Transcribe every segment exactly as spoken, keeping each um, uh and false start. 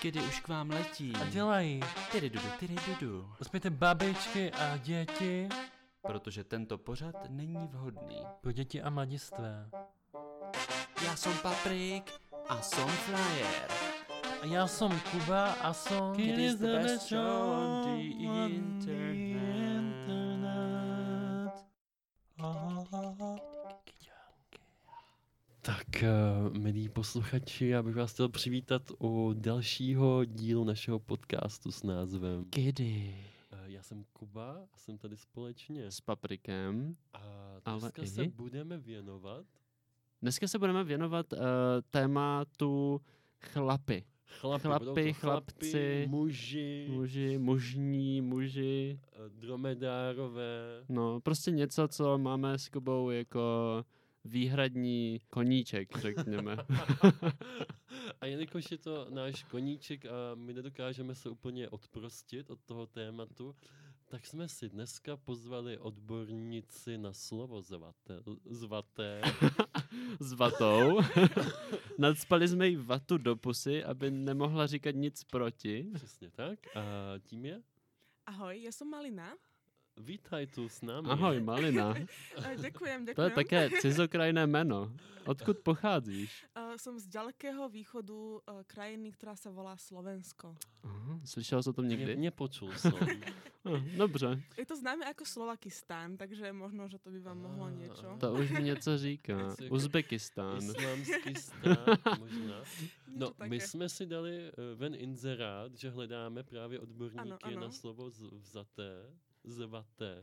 Kedy už k vám letí. A dělají. Tyry dudu, tyry dudu. Uspějte babičky a děti. Protože tento pořad není vhodný. Pro děti a mladistvé. Já jsem Paprik a jsem Flyer. A já jsem Kuba a jsem... Kid is the best show on the internet. Tak, uh, milí posluchači, já bych vás chtěl přivítat u dalšího dílu našeho podcastu s názvem Kedy. Uh, já jsem Kuba a jsem tady společně S Paprikem. a Ale dneska i- se budeme věnovat Dneska se budeme věnovat uh, tématu chlapy. chlapi, Chlapi, budou to chlapci, muži, Muži, mužní, muži. uh, dromedárové. No, prostě něco, co máme s Kubou jako výhradní koníček, řekněme. A jelikož je to náš koníček a my nedokážeme se úplně odprostit od toho tématu, tak jsme si dneska pozvali odbornici na slovo zvaté. zvaté. S vatou. Nadspali jsme jí vatu do pusy, aby nemohla říkat nic proti. Přesně tak. A tím je? Ahoj, ja som Malina. Vítaj tu s námi. Ahoj, Malina. Eh, Ďakujem, To je ďakujem. také cizokrajné jméno. Odkud pocházíš? Eh, Som z ďalekého východu eh, krajiny, ktorá sa volá Slovensko. Aha, slyšel jsi o tom Mě, někdy? mě počul som. Ah, dobře, Je to známe ako Slovakistán, takže možno, že to by vám mohlo Ah. niečo. to už mi něco říká. Něco jako Uzbekistán. Islámský stát, možná. No, Niečo také. my jsme si dali eh, ven inzerát, že hledáme právě odborníky Ano, ano. na slovo z- vzaté, zvaté.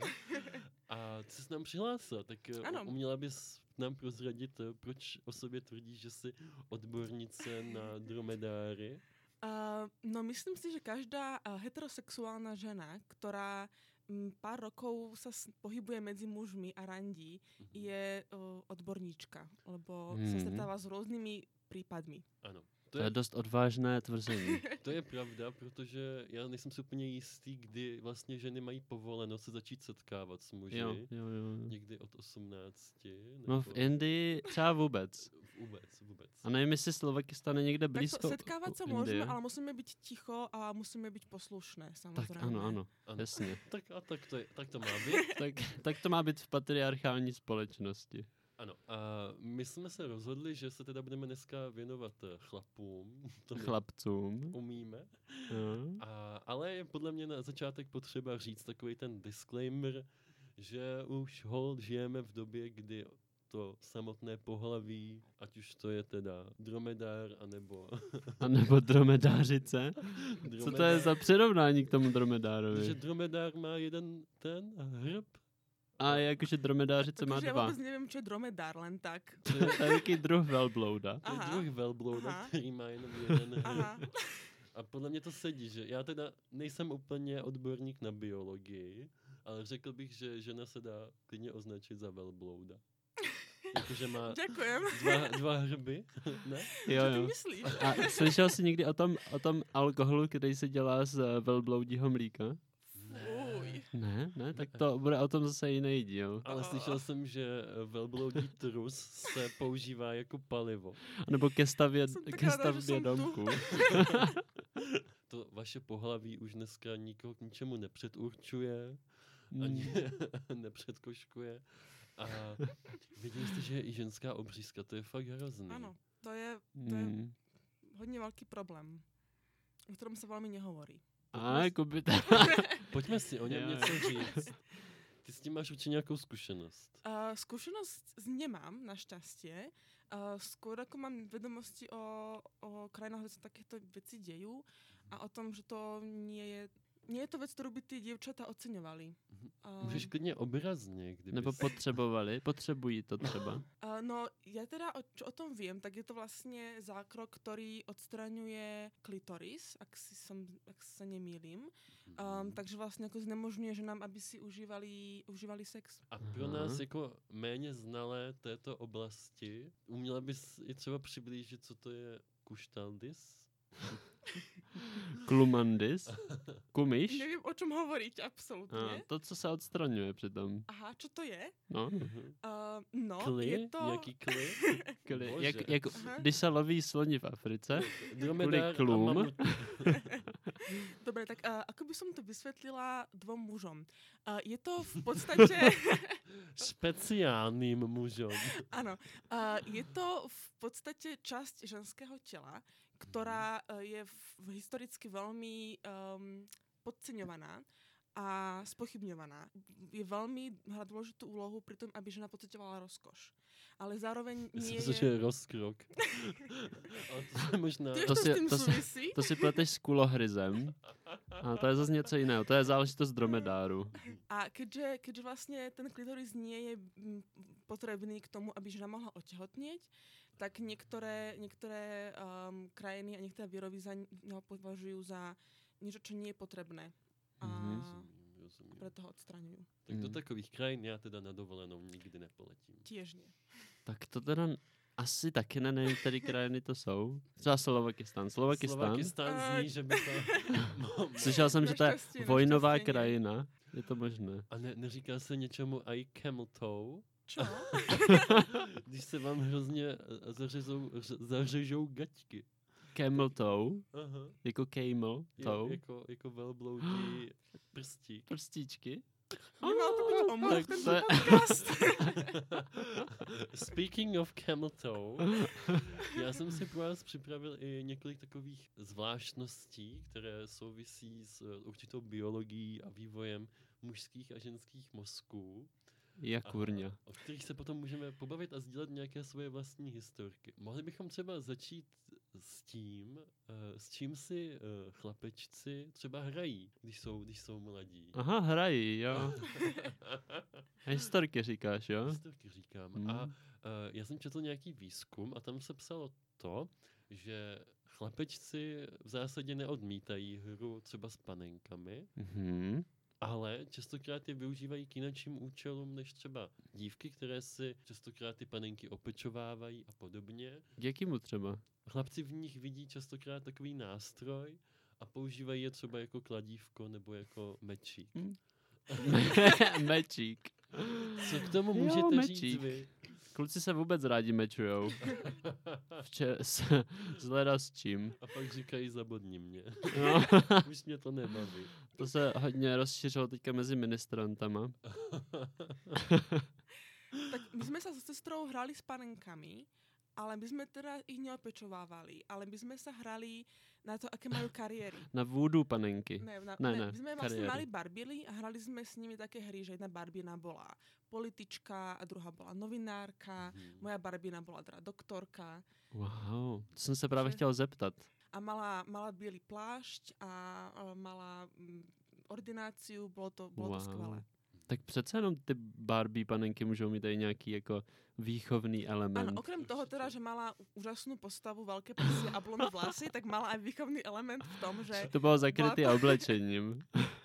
A ty jsi nám přihlásil, tak eh, Ano. uměla bys nám prozradit, eh, proč o sobě tvrdíš, že jsi odbornice na dromedáry? Uh, no myslím si, že každá uh, heterosexuálna žena, ktorá m, pár rokov sa s- pohybuje medzi mužmi a randí, Mhm. je uh, odborníčka, lebo Mhm. sa stretáva s rôznymi prípadmi. Ano. To je dost odvážné tvrzení. To je pravda, protože já nejsem si úplně jistý, kdy vlastně ženy mají povoleno se začít setkávat s muži. Jo, jo, jo. Někdy od osmnácti. No v nebo- Indii třeba vůbec. Vůbec, vůbec. A nevím, jestli Slovakistán je někde blízko Takto setkávať sa u môžeme, Indie. ale musíme byť ticho a musíme byť poslušné, Tak samozrejme. ano, ano, Ano. jasně. Tak a tak to, je, tak to má být. Tak, tak to má být v patriarchální společnosti. Ano. A my jsme se rozhodli, že se teda budeme dneska věnovat eh, chlapům. To my Chlapcům. umíme. Jo. A, ale je podle mě na začátek potřeba říct takový ten disclaimer, že už hold žijeme v době, kdy to samotné pohlaví, ať už to je teda dromedár, anebo... A nebo dromedářice. Co to je dromedár. za přirovnání k tomu Že dromedárovi? dromedár má jeden ten hrb. A jakože dromedářice má Takže ja dva. vôbec neviem, čo je dromedár, len tak. To je taký druh velblouda. To je Aha. druh velblouda, Aha. který má jenom jeden hrb. Aha. A podle mě to sedí, že já teda nejsem úplně odborník na biologii, ale řekl bych, že žena se dá klidně označit za velblouda. Jakože má Ďakujem. dva, dva hrby, ne? Jo, Čo ty jo. myslíš? A slyšel jsi někdy o tom, o tom alkoholu, který se dělá z eh, velbloudího mlíka? Fuj. Ne, ne, tak to bude o tom zase jiný díl. Ale slyšel jsem, že velbloudí trus se používá jako palivo. Nebo ke stavě, Jsem tak ke ráda, že stavbě jsem tu. domku. To vaše pohlaví už dneska nikoho k ničemu nepředurčuje, Mm. ani nepředkoškuje. A viděli jste, že je i ženská obřízka, to je fakt hrozný. Áno, to je, to je Mm. hodne veľký problém, o ktorom sa veľmi nehovorí. A, jako by to... Pojďme si o něm Jo, jo. něco říct. Ty s tím máš určitě nějakou zkušenost. Uh, skúsenosť z- nemám, našťastie. Uh, skôr ako mám vedomosti o, o krajinách, kde sa takéto veci dejú a o tom, že to nie je, nie je to vec, ktorú by tí dievčatá oceňovali. Uh, Můžeš klidně obrazně, kdyby... Nebo potřebovali, potřebují to třeba. Uh, no, ja teda, o, čo o tom viem, tak je to vlastne zákrok, ktorý odstraňuje klitoris, ak, si som, ak sa nemýlim. Um, takže vlastne ako znemožňuje ženám, aby si užívali, užívali sex. A pro Aha. nás jako méně znalé této oblasti, uměla bys i třeba přiblížit, co to je kuštaldis? Klumandis? Kumíš? Neviem, o čom hovoriť, absolútne. A, to, co se odstraňuje přitom. Aha, čo to je? No. Uh, no, Kli? je to... Nějaký kli? Kli, Bože. jak, jak, Aha. když se loví sloni v Africe. Dromedár a klum. mamut. Dobre, tak uh, ako by som to vysvetlila dvom mužom? Uh, je to v podstate... Špeciálnym mužom. Áno, uh, je to v podstate časť ženského tela, ktorá uh, je v, historicky veľmi um, podceňovaná a spochybňovaná. Je veľmi hrá dôležitú úlohu pri tom, aby žena pocitovala rozkoš. Ale zároveň nie Myslím, je... že je rozkrok. Ale to se možná... Tiež To to, si- s tým to si- súvisí. To si pleteš s kulohryzem. A to je zase něco jiného. To je záležitost dromedáru. A keďže, keďže vlastne ten klitoris nie je mm, potrebný k tomu, aby žena mohla otehotnieť, tak niektoré, niektoré um, krajiny a niektoré vierovýznania ho považujú za niečo, čo nie je potrebné. A Mhm. Rozumím, rozumím. preto ho odstraňujú. Tak do Mhm. takových krajín já teda na dovolenou nikdy nepoletím. Tiež nie. Tak to teda asi taky ne, nevím, který krajiny to jsou. Třeba Slovakistán. Slovakistán. Slovakistán Eh, zní, že by to... mo- mo- Slyšel jsem, že to je Naštěstí, vojnová naštěstí nie. krajina. Je to možné. A ne, neříká se něčemu i camel toe? Čo? Když se vám hrozně eh, zařezou, ř- zařežou gaťky. Camel toe, Aha. jako camel Je, toe. jako, jako velbloudí prstík. Prstíčky. Nemal to byť omluv Tak tento to je- podcast. Speaking of camel toe, já jsem si pro vás připravil i několik takových zvláštností, které souvisí s eh, určitou biologií a vývojem mužských a ženských mozků. Jak A kurňa. o kterých se potom můžeme pobavit a sdílet nějaké svoje vlastní historky. Mohli bychom třeba začít s tím, eh, s čím si eh, chlapečci třeba hrají, když jsou, když jsou mladí. Aha, hrají, jo. Historky říkáš, jo? Historky říkám. Hmm. A eh, já jsem četl nějaký výzkum a tam se psalo to, že chlapečci v zásadě neodmítají hru třeba s panenkami, Mhm. ale častokrát je využívají k jiným účelům než třeba dívky, které si častokrát ty panenky opečovávají a podobně. K jakýmu třeba? Chlapci v nich vidí častokrát takový nástroj a používají je třeba jako kladívko nebo jako mečík. Hm. Mečík. Co k tomu Jo, můžete mečík. říct vy? Kluci se vůbec rádi mečujou. Vče- s, zhleda s čím. A pak říkají zabodni mě. No, Už mě to nebaví. to se hodně rozšířilo teďka mezi ministrantama. Tak my sme sa so sestrou hrali s panenkami, ale my sme teda ich neopečovávali, ale my sme sa hrali na to, aké majú kariéry. Na voodoo panenky. Ne, na, Ne, ne, ne, my sme vlastne kariéry. mali barbily a hrali sme s nimi také hry, že jedna barbina bola politička a druhá bola novinárka, Hmm. moja barbina bola teda doktorka Wow, to jsem se právě Že- chtěl zeptat. a mala, mala biely plášť a, a mala mm, ordináciu, bolo to, bolo to skvelé. Tak přece jenom ty Barbie panenky můžou mít tady nějaký jako výchovný element. Áno, okrem toho teda, že mala úžasnú postavu, veľké prsia a blond vlasy, tak mala aj výchovný element v tom, že To bylo zakrytý Bola to- oblečením.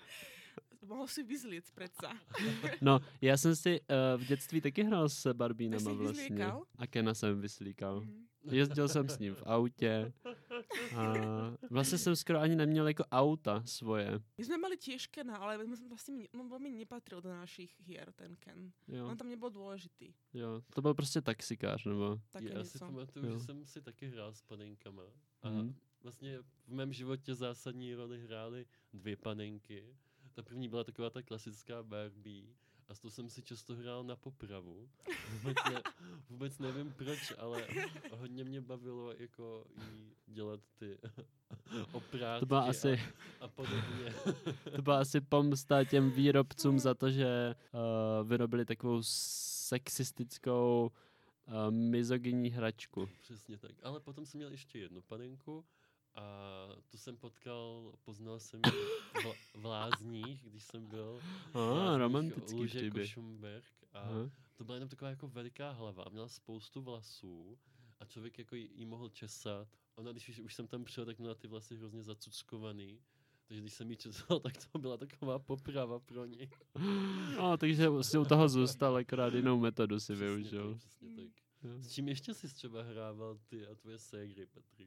mohol si vyzliec predsa. No, já jsem si uh, v dětství taky hrál s Tak Barbínama si vlastně. vyzlíkal? A Kena jsem vyslíkal. Mhm. Jezdil jsem s ním v autě. A vlastně jsem skoro ani neměl jako auta svoje. My sme mali tiež Kena, ale my sme vlastne, mi- on veľmi nepatril do našich hier, ten Ken. Jo, On tam nebol dôležitý. jo. To byl prostě taxikář, nebo... Také Já si něco. pamatuju, Jo. že jsem si taky hrál s panenkama. A Mhm. vlastně v mém životě zásadní roli hrály dvě panenky. Ta první byla taková ta klasická Barbie a s tou jsem si často hrál na popravu. Vůbec, ne, vůbec nevím proč, ale hodně mě bavilo jako jí dělat ty oprátky To byla asi, a, a podobně. to byla asi pomsta těm výrobcům za to, že uh, vyrobili takovou sexistickou uh, mizogyní hračku. Přesně tak. Ale potom jsem měl ještě jednu panenku a tu jsem potkal, poznal jsem ji v, v Lázních, když jsem byl v A, Lázních romantický Lužek příběh. Šumberk a Aha. to byla jenom taková jako veliká hlava a měla spoustu vlasů a člověk jako jí, jí mohl česat. Ona, když už, už jsem tam přijel, tak měla ty vlasy hrozně zacuckovaný. Takže když jsem jí česal, tak to byla taková poprava pro ní. No, takže si u toho zůstal, akorát jinou metodu si Přesně využil. tak, přesně tak. Jo. S čím ještě jsi třeba hrával ty a tvoje ségry, Patriku?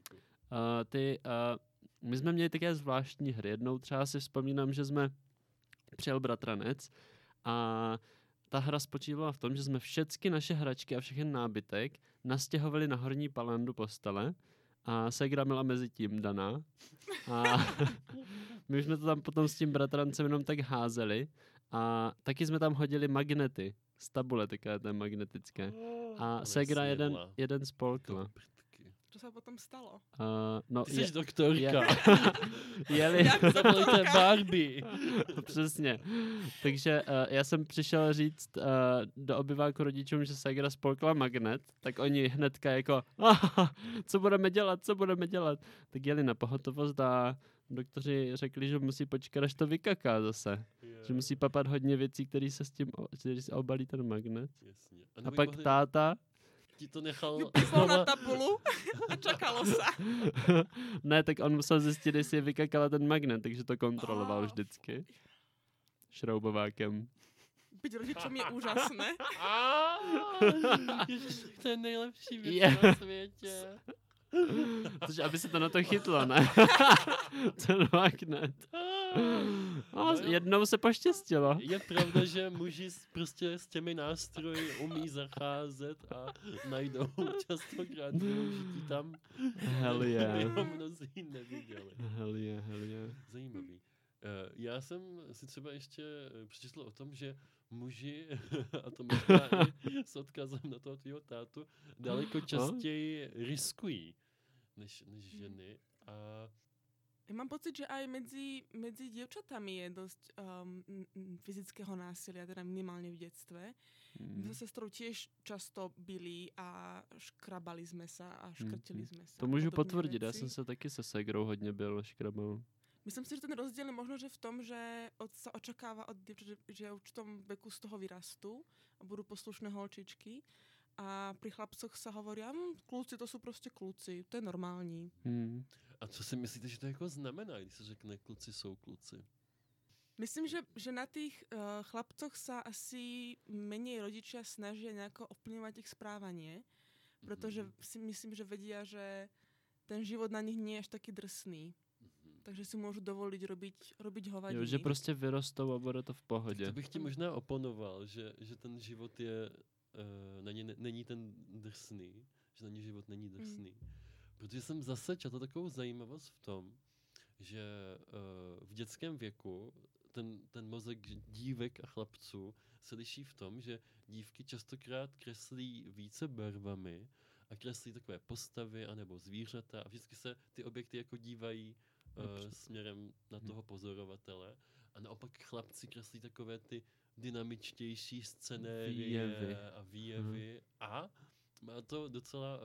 ty, uh, my jsme měli také zvláštní hry. Jednou třeba si vzpomínám, že jsme přijel bratranec a ta hra spočívala v tom, že jsme všechny naše hračky a všechny nábytek nastěhovali na horní palandu postele a ségra byla mezi tím daná. A my jsme to tam potom s tím bratrancem jenom tak házeli a taky jsme tam hodili magnety z tabule, takové té magnetické. A ségra jeden, jeden spolkla. Co se potom stalo? Uh, no, Ty jsi je, doktorka. Je, jeli, Zavolejte Barbie. Přesně. Takže uh, já jsem přišel říct uh, do obyváku rodičům, že ségra spolkla magnet, tak oni hnedka jako, ah, co budeme dělat, co budeme dělat. Tak jeli na pohotovost a doktoři řekli, že musí počkat, až to vykaká zase. Yeah. Že musí papat hodně věcí, které se s tím, který se obalí ten magnet. Jasně. A, a pak mohli... táta ti to nechal vypísal na tabulu a čekalo se. Ne, tak on musel zjistit, jestli je vykakala ten magnet, takže to kontroloval oh. vždycky. Šroubovákem. Byť rodičům je úžasné. To je nejlepší věc yeah. na světě. Což aby se to na to chytlo, ne? Ten magnet. A jednou se poštěstilo. Je pravda, že muži prostě s těmi nástroji umí zacházet a najdou častokrát využití tam, hell yeah. ho mnozí neviděli. Hell yeah, hell yeah. Zajímavý. Uh, já jsem si třeba ještě přečetl o tom, že muži, a to možná i s odkazem na toho tvýho tátu, daleko častěji riskují než, než ženy. A ja mám pocit, že aj medzi, medzi dievčatami je dosť um, fyzického násilia, teda minimálne v detstve. My mm. sa sestrou tiež často byli a škrabali sme sa a škrtili mm. sme sa. To můžu potvrdit, já jsem se taky se ségrou hodně byl škrabal. Myslím si, že ten rozdiel je možno, že v tom, že od, sa očakáva od dievčat, že, že v určitom veku z toho vyrastú a budú poslušné holčičky. A pri chlapcoch sa hovoria, hm, kluci, to sú proste kluci, to je normální. Hmm. A co si myslíte, že to jako znamená, když se řekne kluci jsou kluci? Myslím, že, že na tých uh, chlapcoch sa asi menej rodičia snažia nejako ovplyvňovať ich správanie, protože mm-hmm. si myslím, že vedia, že ten život na nich nie je až taký drsný. Mm-hmm. Takže si môžu dovoliť robiť, robiť hovadiny. Jo, že prostě vyrostou a bude to v pohodě. Tak to bych ti možná oponoval, že, že ten život je, uh, není, není ten drsný, že na ní život není drsný. Mm. Protože jsem zase četl takovou zajímavost v tom, že uh, v dětském věku ten, ten mozek dívek a chlapců se liší v tom, že dívky častokrát kreslí více barvami a kreslí takové postavy anebo zvířata a vždycky se ty objekty jako dívají uh, směrem na toho pozorovatele a naopak chlapci kreslí takové ty dynamičtější scenérie a výjevy hmm. a má to docela uh,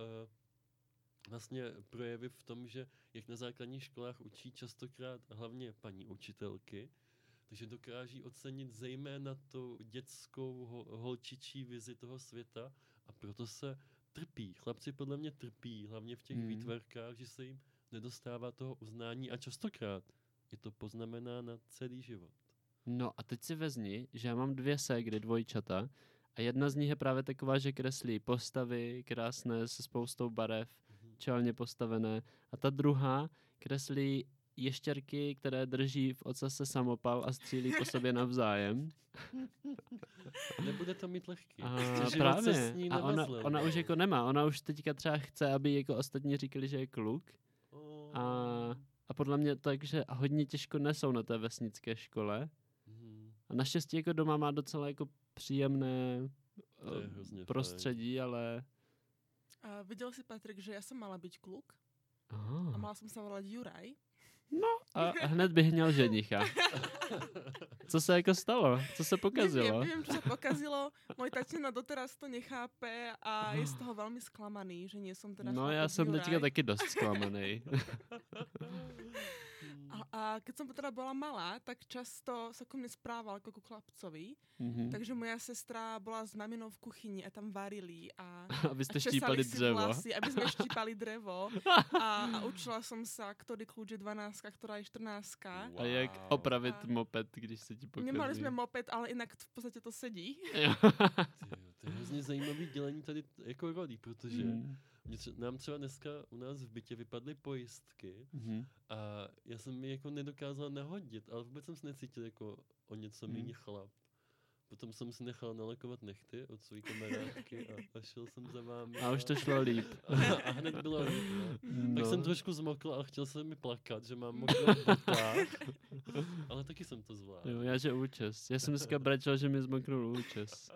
vlastně projevy v tom, že jak na základních školách učí častokrát hlavně paní učitelky, takže dokáží ocenit zejména tu dětskou ho, holčičí vizi toho světa a proto se trpí. Chlapci podle mě trpí, hlavně v těch mm. výtvarkách, že se jim nedostává toho uznání a častokrát je to poznamená na celý život. No a teď si vezmi, že já mám dvě ségry, dvojčata a jedna z nich je právě taková, že kreslí postavy krásné se spoustou barev, mm. čelně postavené a ta druhá kreslí ještěrky, které drží v ocase samopal a střílí po sobě navzájem. Nebude to mít lehký. A právě. A ona, ona už jako nemá. Ona už teďka třeba chce, aby jako ostatní říkali, že je kluk. Oh. A, a podle mě takže hodně těžko nesou na té vesnické škole. Hmm. A naštěstí jako doma má docela jako příjemné prostředí, fajn. Ale... A viděl si, Patrik, že já jsem mala být kluk? Aha. A mala jsem se volat Juraj. No a hned bych měl ženicha. Co se jako stalo? Co se pokazilo? Neviem, neviem, čo sa pokazilo. Môj tatino doteraz to nechápe a je z toho veľmi sklamaný, že nie som teda No já jsem teďka taky dost zklamaný. A, a keď som teda bola malá, tak často sa ku mne správal ako ku chlapcovi. Mm-hmm. Takže moja sestra bola s maminou v kuchyni a tam varili a, a vy ste a štípali drevo. Vlasy, aby sme štípali drevo. A, a učila som sa, ktorý kľúč je dvanáctka, ktorá je štrnáctka. Wow. A jak opravit a... moped, když se ti pokazí. Nemali sme moped, ale inak v podstate to sedí. Tyjo, to je hrozně zajímavý dělení tady t- jako rolí, protože Mm. mě tře- nám třeba dneska u nás v bytě vypadly pojistky Mhm. a já jsem je jako nedokázal nahodit, ale vůbec jsem se necítil jako o něco Hmm. méně chlap. Potom jsem si nechal nalakovat nechty od své kamarádky a, a šel jsem za vámi. A už to šlo líp. a, a hned bylo líp, no. Tak No. jsem trošku zmokl a chtěl jsem mi plakat, že mám mokrou v botách, ale taky jsem to zvládl. Jo, já že účes. Já jsem dneska brečel, že mi zmoknul účes.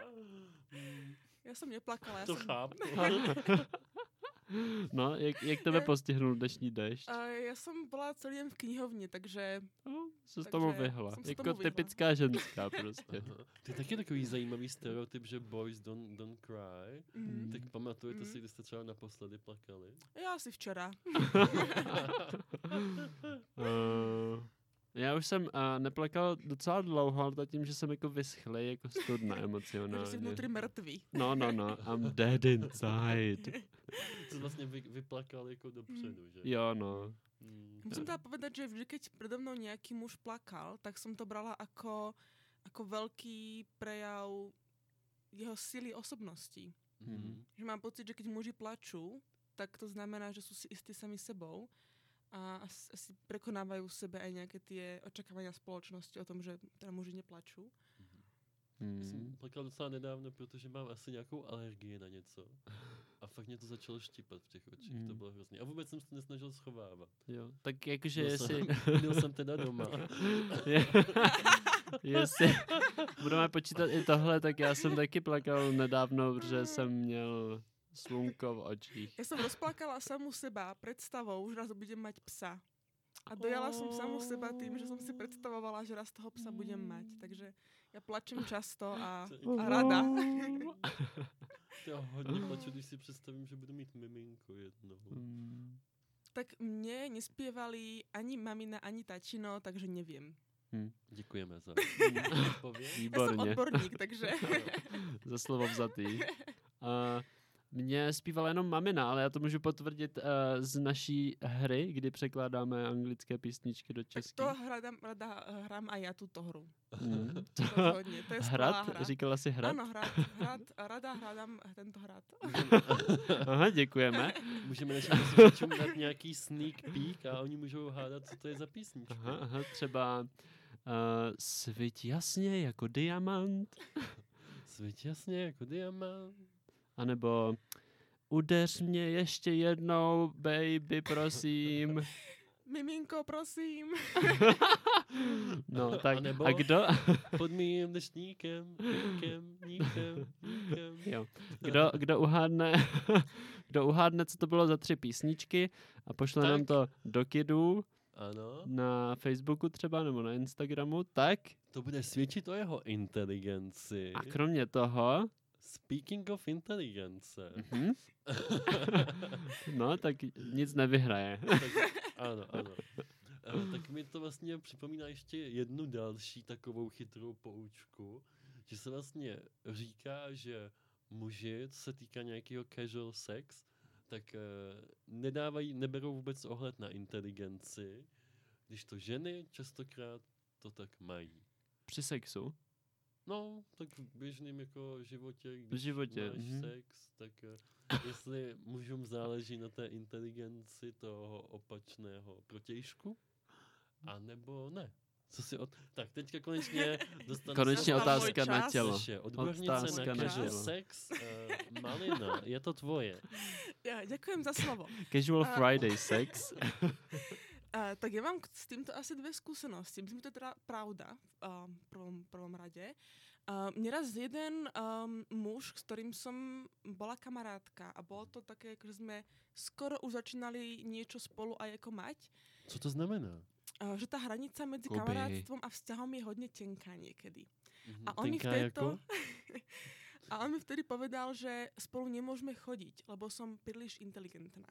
Já jsem neplakala, já To jsem... chápu. No, jak, jak tebe postihnul dnešní déšť? A já jsem byla celý den v knihovně, takže No, se s takže tomu vyhla. jsem se Jako tomu vyhla. typická ženská prostě. Aha. To je taky takový zajímavý stereotyp, že boys don't, don't cry. mm, Tak pamatujete Mm. si, kdy jste třeba naposledy plakali? já asi včera. Uh, já už jsem uh, neplakal docela dlouho, ale to tím, že jsem jako vyschlej, jako studna Takže emocionálně. jsi vnitř mrtvý. No, no, no, I'm dead inside. Jsi vlastně vy, vyplakal jako dopředu, že? Jo, no. Mm. Musím teda povedať, že vždy, keď predo mnou nejaký muž plakal, tak som to brala ako, ako veľký prejav jeho sily osobnosti. Mhm. Že mám pocit, že keď muži plačú, tak to znamená, že sú si istí sami sebou a asi, asi prekonávajú v sebe aj nejaké tie očakávania spoločnosti o tom, že teda muži neplačú. Já jsem Hmm. plakal docela nedávno, protože mám asi nějakou alergii na něco. A fakt mě to začalo štípat v těch očích, Mm. to bylo hrozný. A vůbec jsem se to nesnažil schovávat. Jo, tak jakože Byl jestli... jsem, byl jsem teda doma. Je- jestli budeme počítat i tohle, tak já jsem taky plakal nedávno, protože jsem měl slunko v očích. Ja som rozplakala samu seba predstavou, že raz budem mať psa. A dojala som samu seba tým, že som si predstavovala, že raz toho psa budem mať. Takže ja plačem často a, a rada. Já hodně plaču, když si představím, že budu mít miminko jednoho. Hmm. Tak mne nespievali ani mamina, ani tačino, takže neviem. Děkujeme za odpověď. Ja som Výborně. odborník, takže... Za slovo vzatý. Uh, mě zpívala jenom mamina, ale já to můžu potvrdit uh, z naší hry, kdy překládáme anglické písničky do Tak česky. to hradám, rada hrám aj ja túto hru. Hmm. Rozhodne, to je skvelá Hrad? hra. Říkala jsi hrad? Áno, hrad, hrad, rada hradám tento hrad. Aha, děkujeme. Můžeme našim posluchačům dát nějaký sneak peek a oni můžou hádat, co to je za písničku. Aha, aha, třeba uh, svít jasně jako diamant, Svět jasně jako diamant. anebo udeř mě ještě jednou, baby, prosím. Miminko, prosím. No, tak A nebo- a kdo, Pod mým deštníkem, níkem, níkem, níkem. jo, kdo, kdo uhádne, kdo uhádne, co to bylo za tři písničky a pošle Tak. nám to do kidů Ano, na Facebooku třeba nebo na Instagramu, tak to bude svědčit o jeho inteligenci. a kromě toho, Speaking of inteligence. mhm, no, tak nic nevyhraje. tak, ano, ano. Eh, tak mi to vlastně připomíná ještě jednu další takovou chytrou poučku, že se vlastně říká, že muži, co se týká nějakého casual sex, tak eh, nedávají, neberou vůbec ohled na inteligenci, když to ženy častokrát to tak mají. Při sexu. No, tak v běžném jako životě, když životě, máš mhm. sex, tak eh, jestli mužům záleží na té inteligenci toho opačného protějšku, anebo ne. Co si od... Tak teďka konečně dostaneme Konečně Nastal otázka můj na čas. tělo. Naše odbornice Otázka na na casual tělo. sex. Uh, Malina, je to tvoje. Ja, ďakujem za slovo. Casual A- Friday sex. Uh, tak ja mám k- s týmto asi dve skúsenosti. Myslím, že to je teda pravda uh, v prvom, prvom rade. Uh, mne raz jeden um, muž, s ktorým som bola kamarátka a bolo to také, že sme skoro už začínali niečo spolu aj ako mať, Co to znamená? uh, že tá hranica medzi Kuby. kamarátstvom a vzťahom je hodne tenká niekedy. Mhm. A on mi v Tenká tejto... jako? a on mi vtedy povedal, že spolu nemôžeme chodiť, lebo som príliš inteligentná.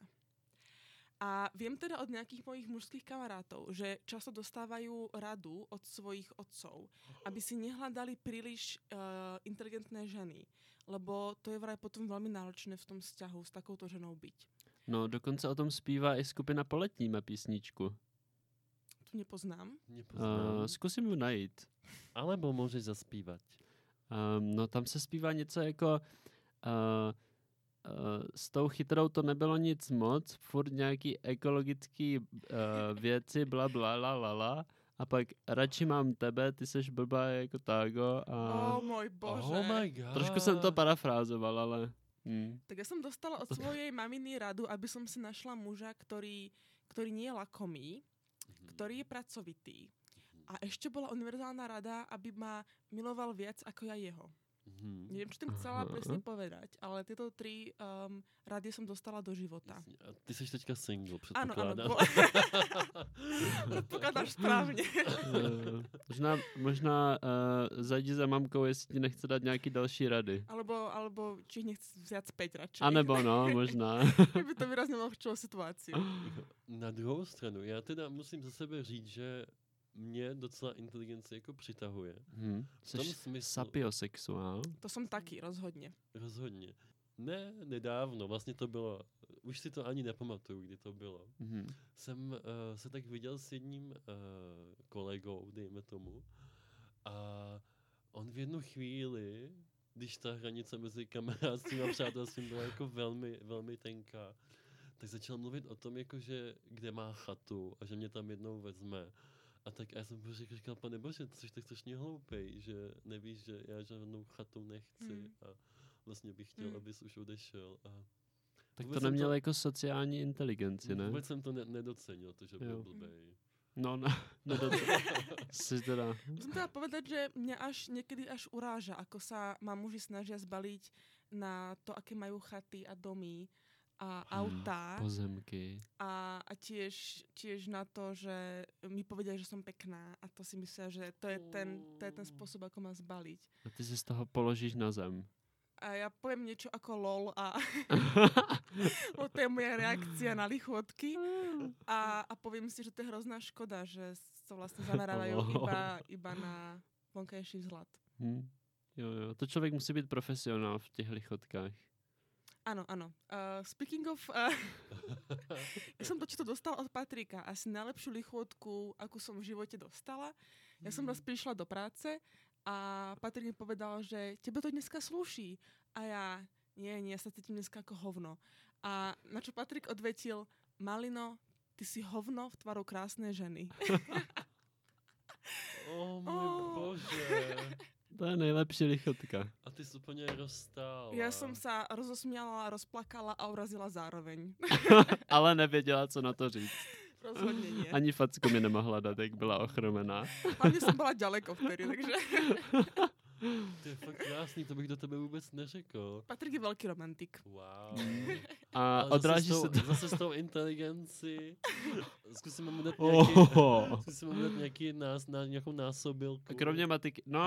A viem teda od nejakých mojich mužských kamarátov, že často dostávajú radu od svojich otcov, aby si nehľadali príliš uh, inteligentné ženy, lebo to je vraj potom veľmi náročné v tom vzťahu s takouto ženou byť. No, dokonce o tom zpívá i skupina Poletní má písničku. Tu nepoznám. Nepoznám. Uh, zkusím ju najít. Alebo můžeš zaspívat. Um, no tam se zpívá něco jako uh, uh, s tou chytrou to nebylo nic moc, furt nějaký ekologický uh, věci, bla bla la la la. A pak radši mám tebe, ty seš blbá jako tágo a Oh môj bože. Oh my god. trošku jsem to parafrázoval, ale... Hmm. Tak ja som dostala od svojej maminy radu, aby som si našla muža, ktorý, ktorý nie je lakomý, ktorý je pracovitý. A ešte bola univerzálna rada, aby ma miloval viac ako ja jeho. Mhm. Neviem, čo tým chcela Aha. presne povedať, ale tieto tri um, rady som dostala do života. Jasně. A ty jsi teďka single, Áno, áno. předpokládám. bo- Predpokladáš správne. Uh, možná možná uh, zajdi za mamkou, jestli ti nechce dát nějaký další rady. Alebo, alebo či ich nechci vziať späť radšej. A nebo no, možná. By to výrazne uľahčilo situáciu. Na druhou stranu, já teda musím za sebe říct, že mě docela inteligence jako přitahuje. Hmm. V tom Jsi smyslu, sapiosexuál. To som taký, rozhodne. rozhodně. Ne, nedávno, vlastně to bylo, už si to ani nepamatuju, kdy to bylo. Mhm. Jsem uh, se tak viděl s jedním uh, kolegou, dejme tomu, a on v jednu chvíli, když ta hranice mezi kamarádstvím a přátelstvím byla jako velmi, velmi tenká, tak začal mluvit o tom, jako že kde má chatu a že mě tam jednou vezme. A tak já jsem prostě říkal, pane bože, ty jsi tak strašně hloupej, že nevíš, že já žádnou chatu nechci Hmm. a vlastně bych chtěl, Hmm. abys už odešel. A Tak Vůbec to jsem neměl to- jako sociální inteligenci, ne? vůbec jsem to ne- nedocenil, to, že byl Jo. blbej. No, no, no to si teda... Musím teda povedať, že mňa až niekedy až uráža, ako sa ma muži snažia zbaliť na to, aké majú chaty a domy a autá Pozemky. a, a tiež, tiež na to, že mi povedia, že som pekná a to si myslia, že to je ten, to je ten spôsob, ako ma zbaliť. A ty si z toho položíš na zem. A ja poviem niečo ako lol a bo to je moja reakcia na lichotky a, a poviem si, že to je hrozná škoda, že sa vlastne zamerávajú iba, iba na vonkajší vzhľad. Hm. Jo, jo. To člověk musí být profesionál v těch lichotkách. Áno, áno. Uh, speaking of... Uh, ja som totiž to dostala od Patrika. Asi najlepšiu lichotku, akú som v živote dostala. Ja som raz prišla do práce a Patrik mi povedal, že tebe to dneska slúší. A ja, nie, nie, ja sa cítim dneska ako hovno. A na čo Patrik odvetil, Malino, ty si hovno v tvaru krásnej ženy. Oh můj Oh. bože. To je nejlepší lichotka. A ty jsi úplně rozstála. Ja som sa rozosmiala, rozplakala a urazila zároveň. Ale nevěděla, co na to říct. Rozhodne nie. Ani facku mi nemohla dát, jak byla ochromená. Hlavne som bola ďaleko vtedy, takže To je fakt krásný, to bych do tebe vůbec neřekl. Patrik je veľký romantik. Wow. A Ale odráží zase, se s tou, to... zase s tou inteligenci. Zkusíme mu dát nějaký, Oh. zkusíme mu dát nějaký nás, na, nějakou násobilku. A kromě matiky... No.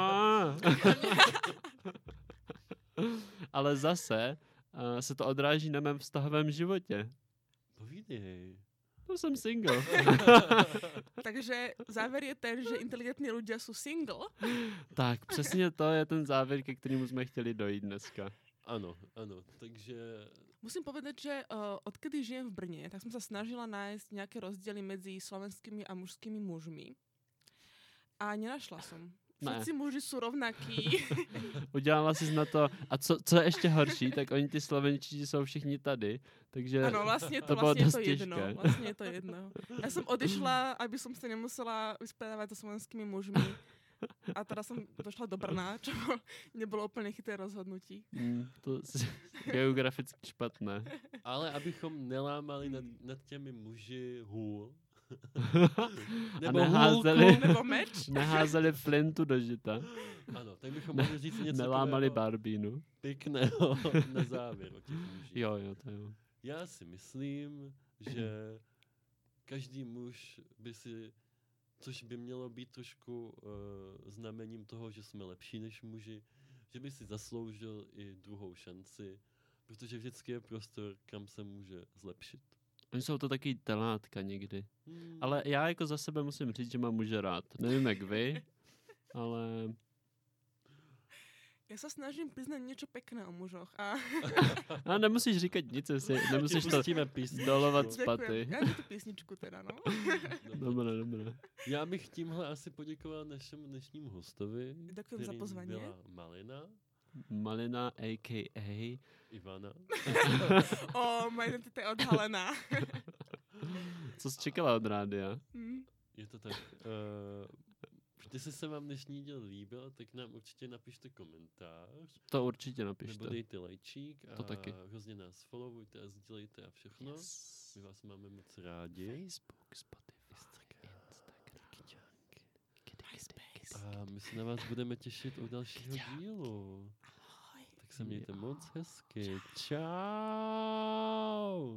Ale zase uh, se to odráží na mém vztahovém životě. Povídej. No jsem single. Takže záver je ten, že inteligentní ľudia sú single. Tak, přesně to je ten závěr, ke kterému jsme chtěli dojít dneska. Ano, ano, takže Musím povedať, že uh, odkedy žijem v Brne, tak som sa snažila nájsť nejaké rozdiely medzi slovenskými a mužskými mužmi. A nenašla som. Ne. Všetci muži sú rovnakí. Udělala jsi na to, a co, co je ještě horší, tak oni ty slovenčtí jsou všichni tady, takže Áno, vlastne to, to bylo vlastne je dost to jedno. těžké. Vlastne je to jedno. Ja som odišla, aby som sa nemusela vyspredávať so slovenskými mužmi. A teraz som došla do Brna, čo nebolo úplne chytré rozhodnutí. Mm, to je geograficky špatné. ale abychom nelámali nad, nad těmi muži hůl. A Nebo neházeli, hůlku. Nebo meč. neházeli flintu do žita. Ano, tak bychom mohli říct něco Nelámali takového barbínu. pěkného na závěr o těch mužích. Jo, jo, to jo. Já si myslím, že každý muž by si, což by mělo být trošku uh, znamením toho, že jsme lepší než muži, že by si zasloužil i druhou šanci, protože vždycky je prostor, kam se může zlepšit. Oni jsou to taky telátka někdy. Hmm. Ale já jako za sebe musím říct, že mám muže rád. Nevím jak vy, ale Já se snažím přiznat něco pěkné o mužoch. A A nemusíš říkat nic, jestli nemusíš to Pustíme písničku. dolovat z děkujem. paty. Já tu písničku teda, no. Dobré, dobré. Já bych tímhle asi poděkoval našemu dnešnímu hostovi. Děkujem za kterým pozvání. Byla Malina, Malina, a k a. Ivana. O, moje identita je odhalená. Co jsi čekala od rádia? Hm. Je to tak. Uh, jestli se vám dnešní díl líbil, tak nám určitě napište komentář. To určitě Nebo napište. dejte lajčík a To taky. hrozně nás followujte a sdílejte a všechno. Yes. My vás máme moc rádi. Facebook, Spotify, Instagram. Instagram, MySpace. A my se na vás budeme těšit u dalšího dílu. Ahoj. Tak se mějte moc hezky. Čau.